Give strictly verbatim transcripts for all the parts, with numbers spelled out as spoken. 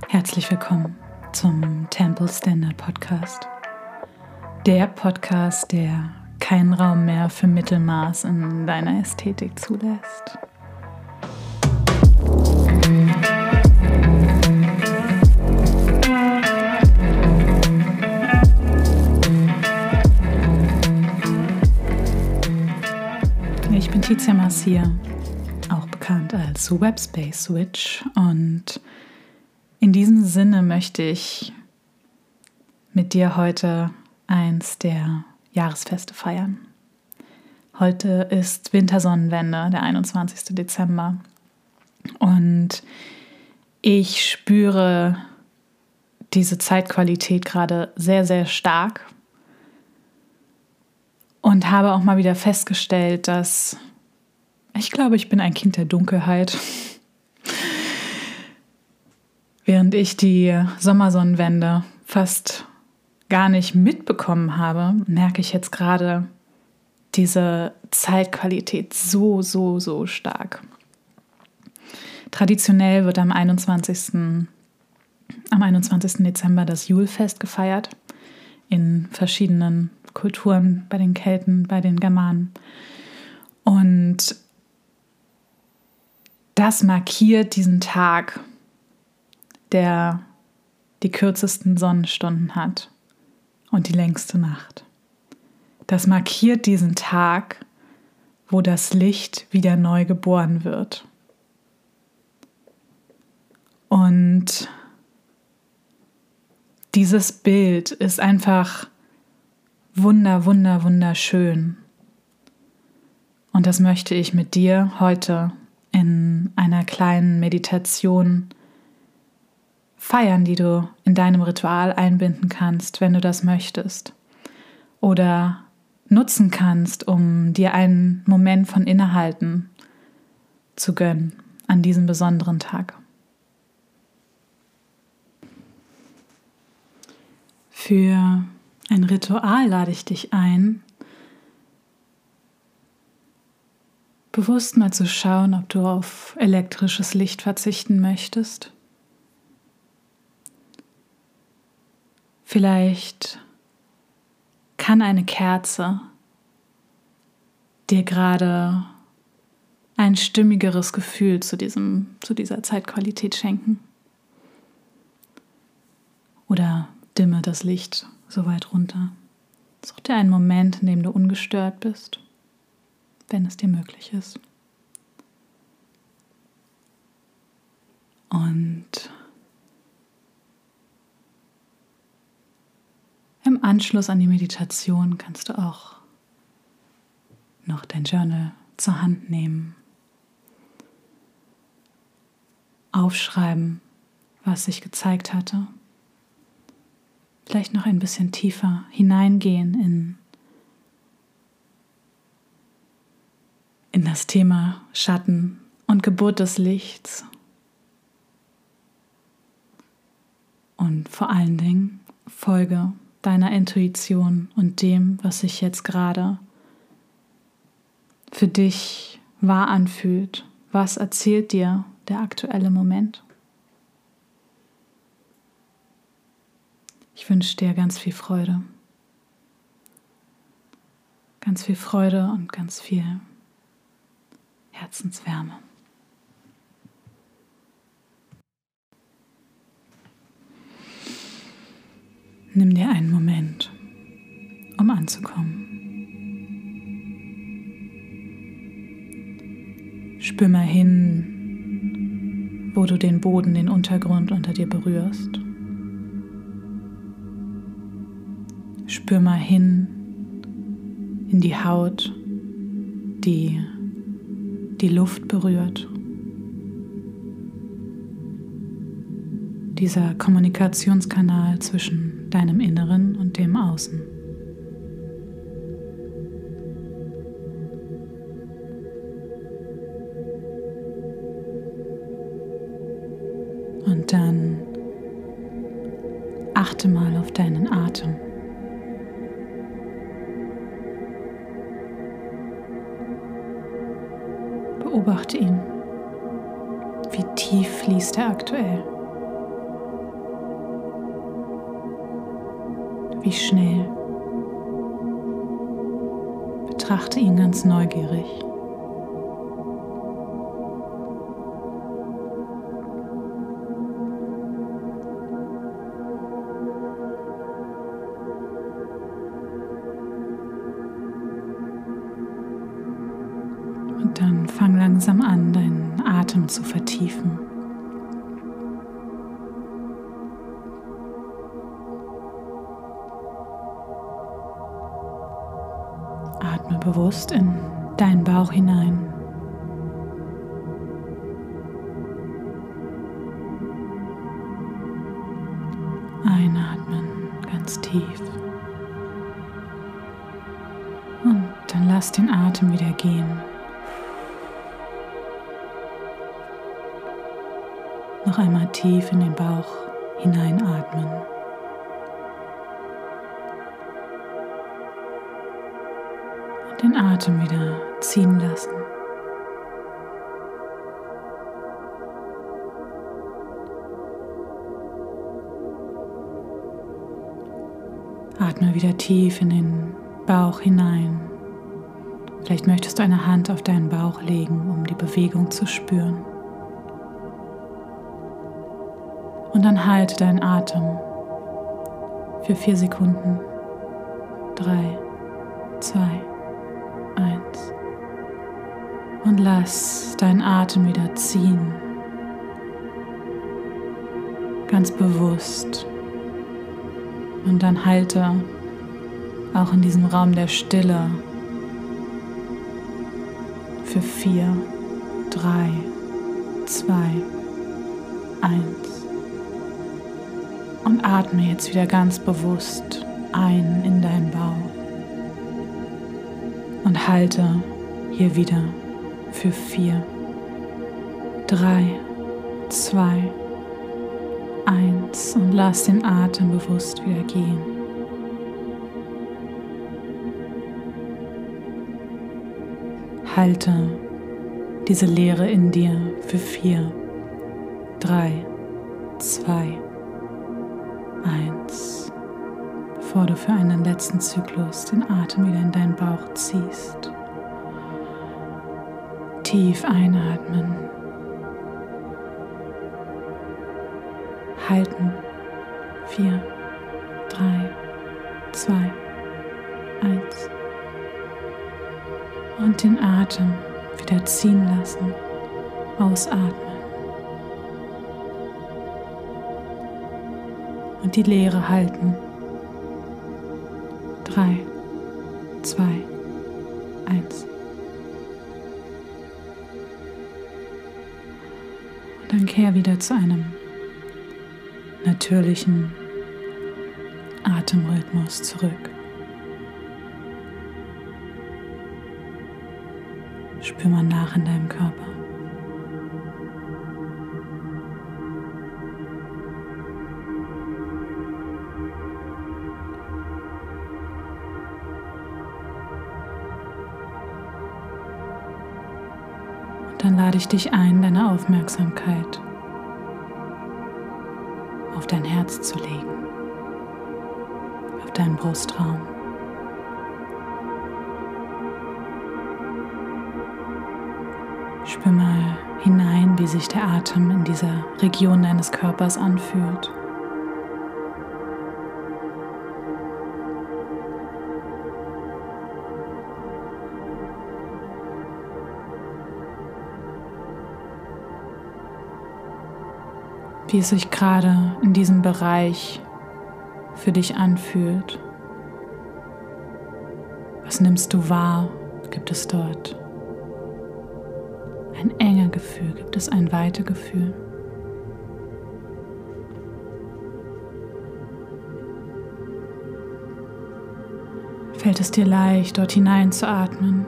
Herzlich willkommen zum Temple Standard Podcast. Der Podcast, der keinen Raum mehr für Mittelmaß in deiner Ästhetik zulässt. Ich bin Tizia Marcia, auch bekannt als Webspace Witch, und in diesem Sinne möchte ich mit dir heute eins der Jahresfeste feiern. Heute ist Wintersonnenwende, der einundzwanzigster Dezember, und ich spüre diese Zeitqualität gerade sehr, sehr stark und habe auch mal wieder festgestellt, dass ich glaube, ich bin ein Kind der Dunkelheit. Während ich die Sommersonnenwende fast gar nicht mitbekommen habe, merke ich jetzt gerade diese Zeitqualität so, so, so stark. Traditionell wird am einundzwanzigsten am einundzwanzigsten Dezember das Julfest gefeiert, in verschiedenen Kulturen, bei den Kelten, bei den Germanen. Und das markiert diesen Tag, der die kürzesten Sonnenstunden hat und die längste Nacht. Das markiert diesen Tag, wo das Licht wieder neu geboren wird. Und dieses Bild ist einfach wunder, wunder, wunderschön. Und das möchte ich mit dir heute in einer kleinen Meditation feiern, die du in deinem Ritual einbinden kannst, wenn du das möchtest. Oder nutzen kannst, um dir einen Moment von Innehalten zu gönnen an diesem besonderen Tag. Für ein Ritual lade ich dich ein, bewusst mal zu schauen, ob du auf elektrisches Licht verzichten möchtest. Vielleicht kann eine Kerze dir gerade ein stimmigeres Gefühl zu diesem, zu dieser Zeitqualität schenken. Oder dimme das Licht so weit runter. Such dir einen Moment, in dem du ungestört bist, wenn es dir möglich ist. Und im Anschluss an die Meditation kannst du auch noch dein Journal zur Hand nehmen, aufschreiben, was sich gezeigt hatte, vielleicht noch ein bisschen tiefer hineingehen in, in das Thema Schatten und Geburt des Lichts und vor allen Dingen folge deiner Intuition und dem, was sich jetzt gerade für dich wahr anfühlt. Was erzählt dir der aktuelle Moment? Ich wünsche dir ganz viel Freude. Ganz viel Freude und ganz viel Herzenswärme. Nimm dir einen Moment, um anzukommen. Spür mal hin, wo du den Boden, den Untergrund unter dir berührst. Spür mal hin in die Haut, die die Luft berührt. Dieser Kommunikationskanal zwischen deinem Inneren und dem Außen. Und dann achte mal auf deinen Atem. Beobachte ihn. Wie tief fließt er aktuell? Wie schnell? Betrachte ihn ganz neugierig. Und dann fang langsam an, deinen Atem zu vertiefen. Atme bewusst in deinen Bauch hinein. Einatmen, ganz tief. Und dann lass den Atem wieder gehen. Noch einmal tief in den Bauch hineinatmen. Und den Atem wieder ziehen lassen. Atme wieder tief in den Bauch hinein. Vielleicht möchtest du eine Hand auf deinen Bauch legen, um die Bewegung zu spüren. Und dann halte deinen Atem für vier Sekunden. Drei, zwei, eins. Und lass deinen Atem wieder ziehen. Ganz bewusst. Und dann halte auch in diesem Raum der Stille für vier, drei, zwei, eins. Und atme jetzt wieder ganz bewusst ein in deinen Bauch. Und halte hier wieder für vier, drei, zwei, eins. Und lass den Atem bewusst wieder gehen. Halte diese Leere in dir für vier, drei, zwei, eins, bevor du für einen letzten Zyklus den Atem wieder in deinen Bauch ziehst. Tief einatmen. Halten. vier, drei, zwei, eins. Und den Atem wieder ziehen lassen. Ausatmen. Und die Leere halten. Drei, zwei, eins. Und dann kehr wieder zu einem natürlichen Atemrhythmus zurück. Spür mal nach in deinem Körper. Und dann lade ich dich ein, deine Aufmerksamkeit auf dein Herz zu legen, auf deinen Brustraum. Spür mal hinein, wie sich der Atem in dieser Region deines Körpers anfühlt. Wie es sich gerade in diesem Bereich für dich anfühlt. Was nimmst du wahr? Gibt es dort ein enge Gefühl? Gibt es ein weite Gefühl? Fällt es dir leicht, dort hinein zu atmen?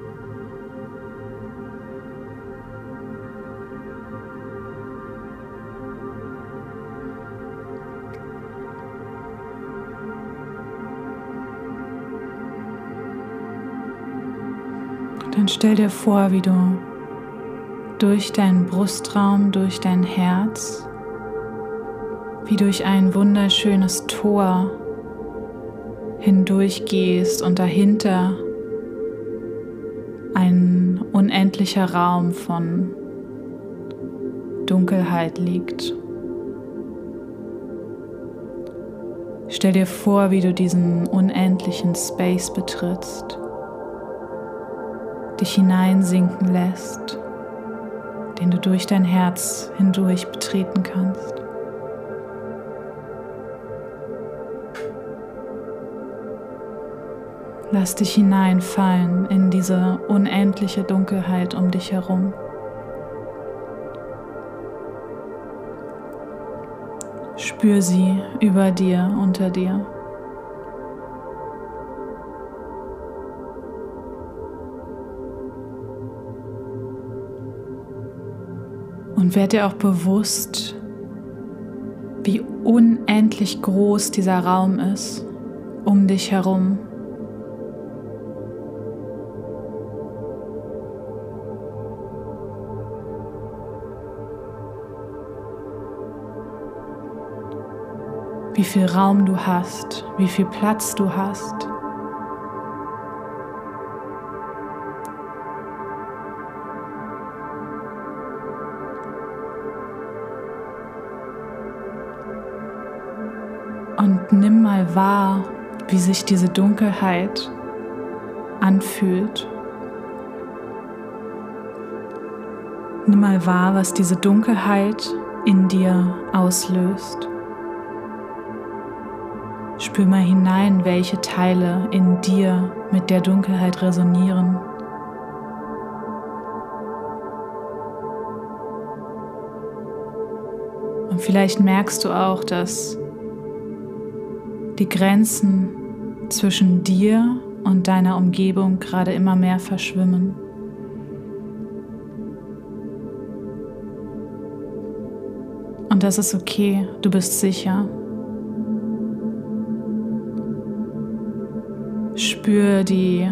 Dann stell dir vor, wie du durch deinen Brustraum, durch dein Herz, wie durch ein wunderschönes Tor hindurchgehst und dahinter ein unendlicher Raum von Dunkelheit liegt. Stell dir vor, wie du diesen unendlichen Space betrittst, dich hineinsinken lässt, den du durch dein Herz hindurch betreten kannst. Lass dich hineinfallen in diese unendliche Dunkelheit um dich herum. Spür sie über dir, unter dir. Und werd dir auch bewusst, wie unendlich groß dieser Raum ist, um dich herum. Wie viel Raum du hast, wie viel Platz du hast. Und nimm mal wahr, wie sich diese Dunkelheit anfühlt. Nimm mal wahr, was diese Dunkelheit in dir auslöst. Spür mal hinein, welche Teile in dir mit der Dunkelheit resonieren. Und vielleicht merkst du auch, dass die Grenzen zwischen dir und deiner Umgebung gerade immer mehr verschwimmen. Und das ist okay, du bist sicher. Spür die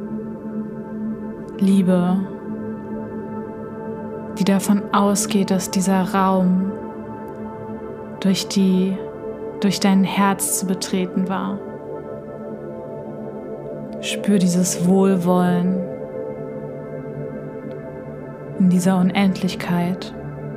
Liebe, die davon ausgeht, dass dieser Raum durch die, durch dein Herz zu betreten war. Spür dieses Wohlwollen in dieser Unendlichkeit.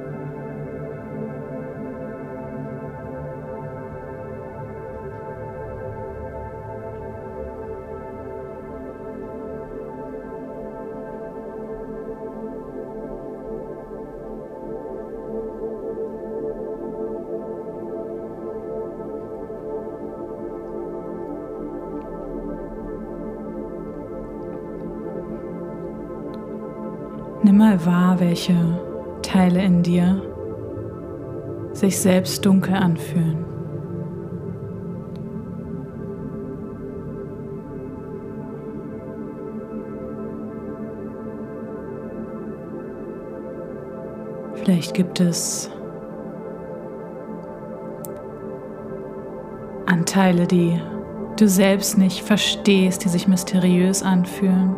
Nimm mal wahr, welche Teile in dir sich selbst dunkel anfühlen. Vielleicht gibt es Anteile, die du selbst nicht verstehst, die sich mysteriös anfühlen.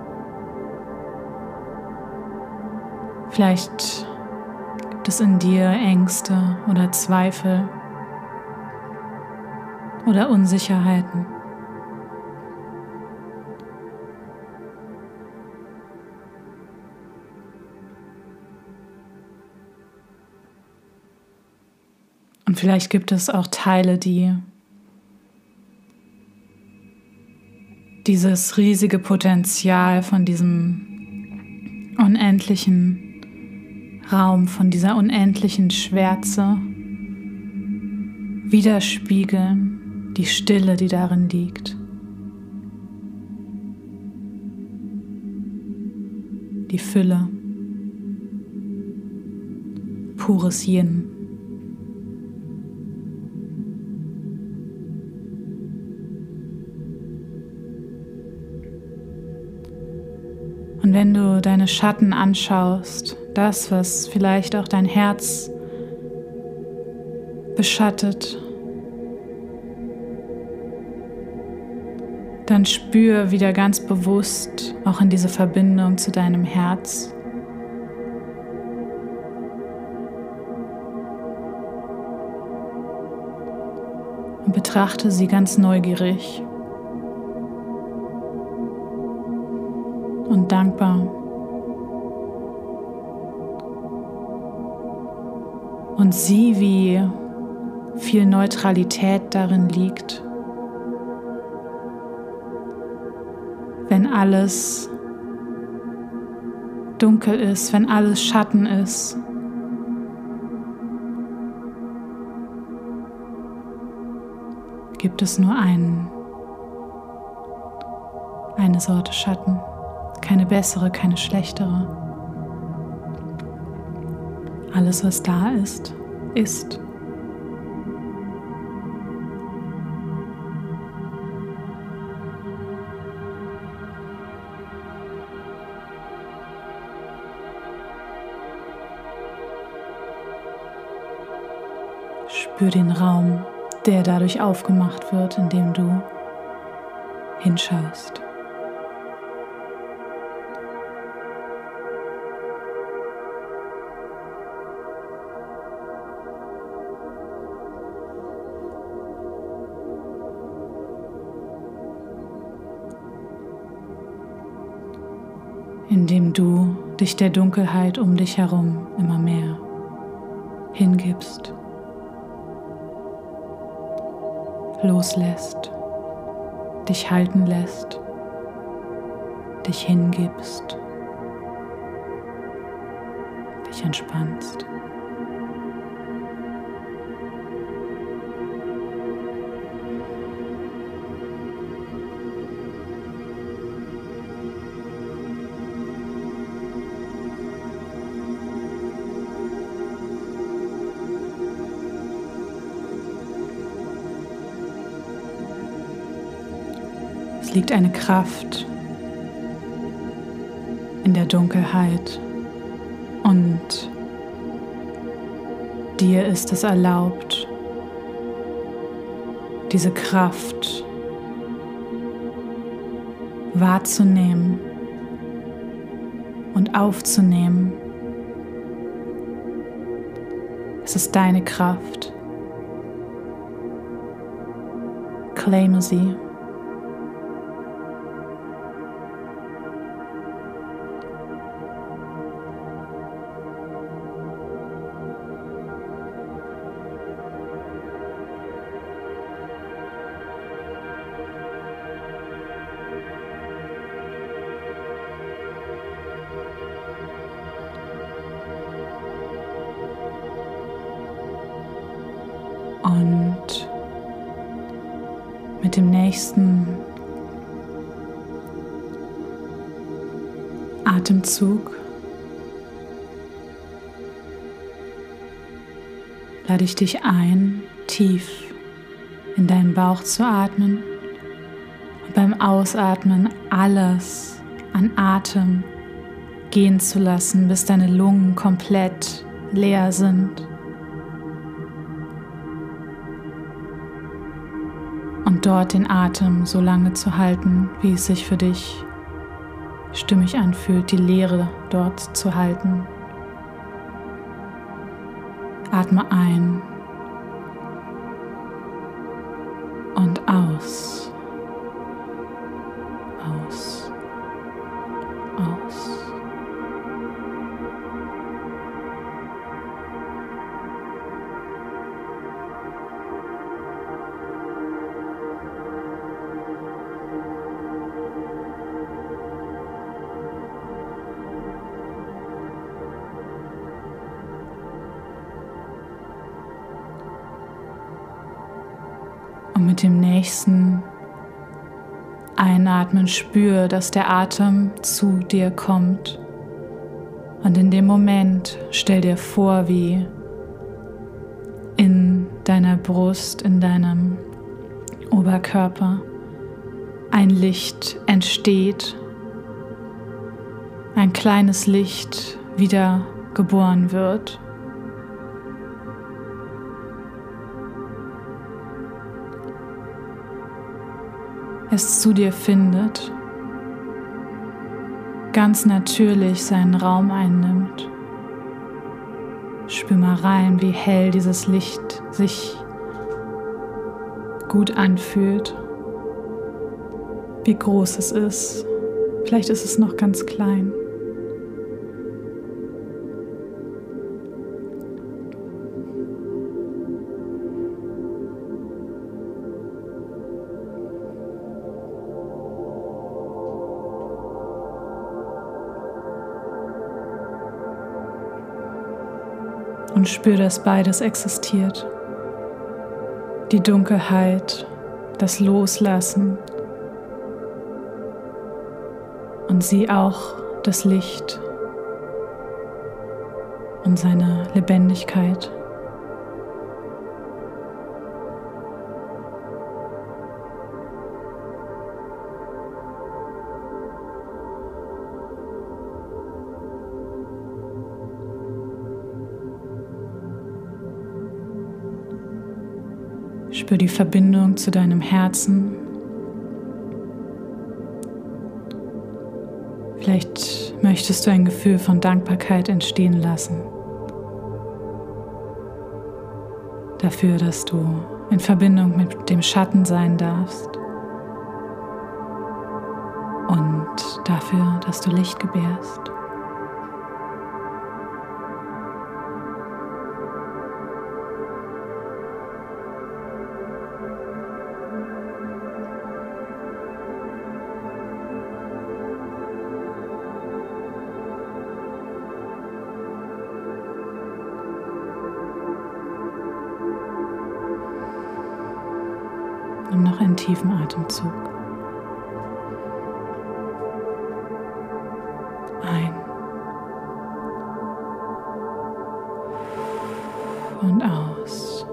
Vielleicht gibt es in dir Ängste oder Zweifel oder Unsicherheiten. Und vielleicht gibt es auch Teile, die dieses riesige Potenzial von diesem unendlichen Raum, von dieser unendlichen Schwärze widerspiegeln, die Stille, die darin liegt, die Fülle, pures Yin. Und wenn du deine Schatten anschaust, das, was vielleicht auch dein Herz beschattet, dann spür wieder ganz bewusst auch in diese Verbindung zu deinem Herz. Und betrachte sie ganz neugierig. und dankbar. Und sieh, wie viel Neutralität darin liegt, wenn alles dunkel ist, wenn alles Schatten ist. Gibt es nur einen, eine Sorte Schatten, keine bessere, keine schlechtere. Alles, was da ist, ist. Spür den Raum, der dadurch aufgemacht wird, indem du hinschaust. Indem du dich der Dunkelheit um dich herum immer mehr hingibst, loslässt, dich halten lässt, dich hingibst, dich entspannst. Es liegt eine Kraft in der Dunkelheit und dir ist es erlaubt, diese Kraft wahrzunehmen und aufzunehmen. Es ist deine Kraft. Claime sie. Und mit dem nächsten Atemzug lade ich dich ein, tief in deinen Bauch zu atmen und beim Ausatmen alles an Atem gehen zu lassen, bis deine Lungen komplett leer sind. Und dort den Atem so lange zu halten, wie es sich für dich stimmig anfühlt, die Leere dort zu halten. Atme ein und aus, aus, aus. Und mit dem nächsten Einatmen spür, dass der Atem zu dir kommt. Und in dem Moment stell dir vor, wie in deiner Brust, in deinem Oberkörper ein Licht entsteht, ein kleines Licht wieder geboren wird. Es zu dir findet, ganz natürlich seinen Raum einnimmt. Spür mal rein, wie hell dieses Licht sich gut anfühlt, wie groß es ist, Vielleicht ist es noch ganz klein. Und spür, dass beides existiert. Die Dunkelheit, das Loslassen und sieh auch das Licht und seine Lebendigkeit. Spür die Verbindung zu deinem Herzen. Vielleicht möchtest du ein Gefühl von Dankbarkeit entstehen lassen. Dafür, dass du in Verbindung mit dem Schatten sein darfst. Und dafür, dass du Licht gebärst. Und noch einen tiefen Atemzug. Ein und aus.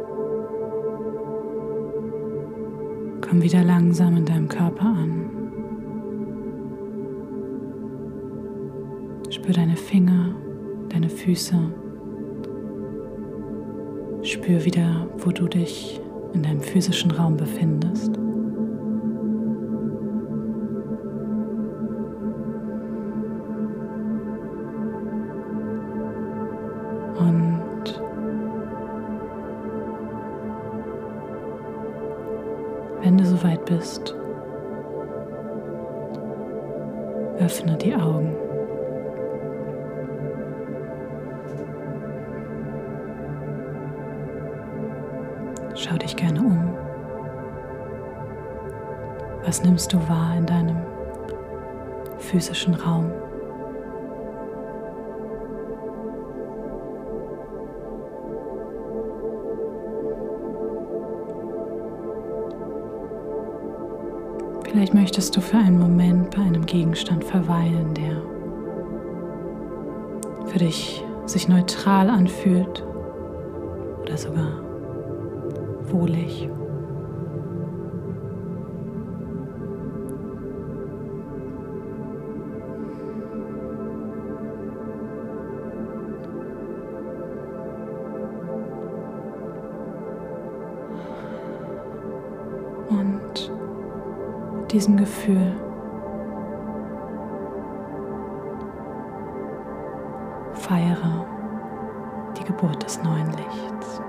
Komm wieder langsam in deinem Körper an. Spür deine Finger, deine Füße. Spür wieder, wo du dich in deinem physischen Raum befindest. Und wenn du soweit bist, öffne die Augen. Schau dich gerne um. Was nimmst du wahr in deinem physischen Raum? Vielleicht möchtest du für einen Moment bei einem Gegenstand verweilen, der für dich sich neutral anfühlt oder sogar wohlig. Und mit diesem Gefühl feiere die Geburt des neuen Lichts.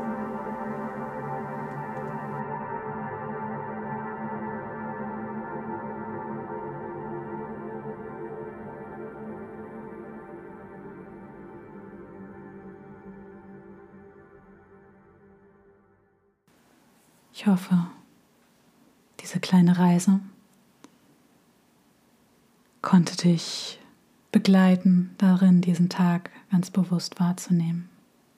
Ich hoffe, diese kleine Reise konnte dich begleiten, darin diesen Tag ganz bewusst wahrzunehmen.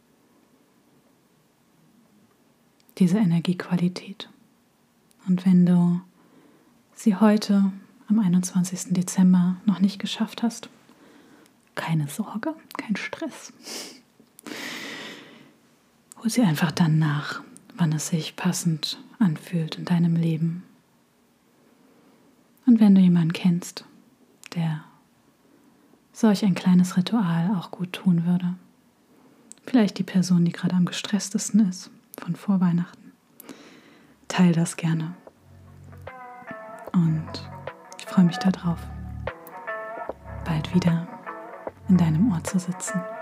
Diese Energiequalität. Und wenn du sie heute am einundzwanzigsten Dezember noch nicht geschafft hast, keine Sorge, kein Stress. Hol sie einfach dann nach, wann es sich passend anfühlt in deinem Leben. Und wenn du jemanden kennst, der solch ein kleines Ritual auch gut tun würde, vielleicht die Person, die gerade am gestresstesten ist von vor Weihnachten, teile das gerne. Und ich freue mich darauf, bald wieder in deinem Ohr zu sitzen.